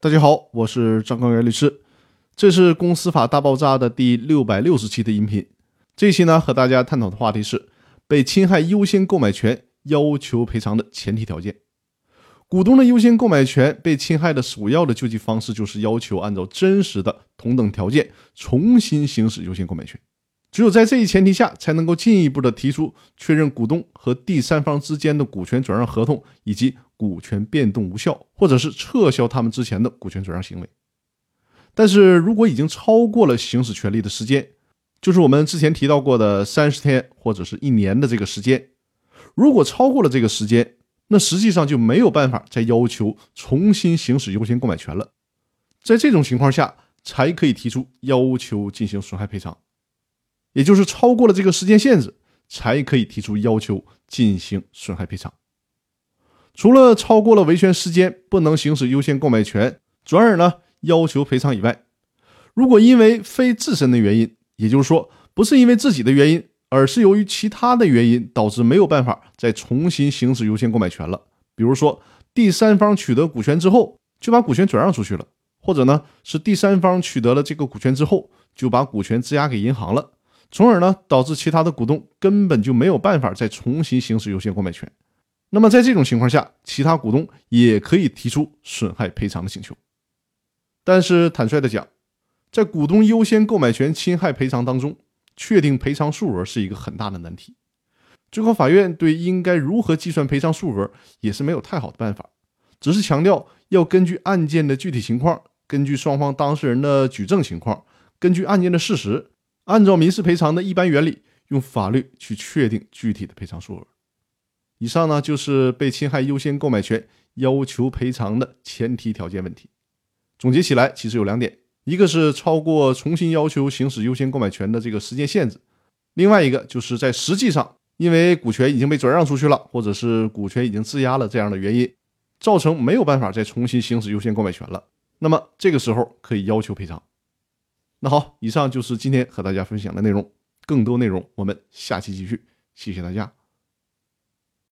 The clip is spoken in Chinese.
大家好，我是张刚元律师，这是公司法大爆炸的第660期的音频。这一期呢，和大家探讨的话题是被侵害优先购买权要求赔偿的前提条件。股东的优先购买权被侵害的首要的救济方式就是要求按照真实的同等条件重新行使优先购买权。只有在这一前提下，才能够进一步的提出确认股东和第三方之间的股权转让合同以及股权变动无效，或者是撤销他们之前的股权转让行为。但是如果已经超过了行使权利的时间，就是我们之前提到过的30天或者是1年的这个时间，如果超过了这个时间，那实际上就没有办法再要求重新行使优先购买权了。在这种情况下，才可以提出要求进行损害赔偿，也就是超过了这个时间限制，才可以提出要求进行损害赔偿。除了超过了维权时间不能行使优先购买权，转而呢要求赔偿以外，如果因为非自身的原因，也就是说不是因为自己的原因，而是由于其他的原因导致没有办法再重新行使优先购买权了，比如说第三方取得股权之后就把股权转让出去了，或者呢是第三方取得了这个股权之后就把股权质押给银行了，从而呢导致其他的股东根本就没有办法再重新行使优先购买权。那么在这种情况下，其他股东也可以提出损害赔偿的请求。但是坦率的讲，在股东优先购买权侵害赔偿当中，确定赔偿数额是一个很大的难题。最高法院对应该如何计算赔偿数额也是没有太好的办法，只是强调要根据案件的具体情况，根据双方当事人的举证情况，根据案件的事实，按照民事赔偿的一般原理，用法律去确定具体的赔偿数额。以上呢就是被侵害优先购买权要求赔偿的前提条件问题。总结起来其实有2点，一个是超过重新要求行使优先购买权的这个时间限制，另外一个就是在实际上因为股权已经被转让出去了，或者是股权已经质押了这样的原因，造成没有办法再重新行使优先购买权了，那么这个时候可以要求赔偿。那好，以上就是今天和大家分享的内容，更多内容我们下期继续，谢谢大家。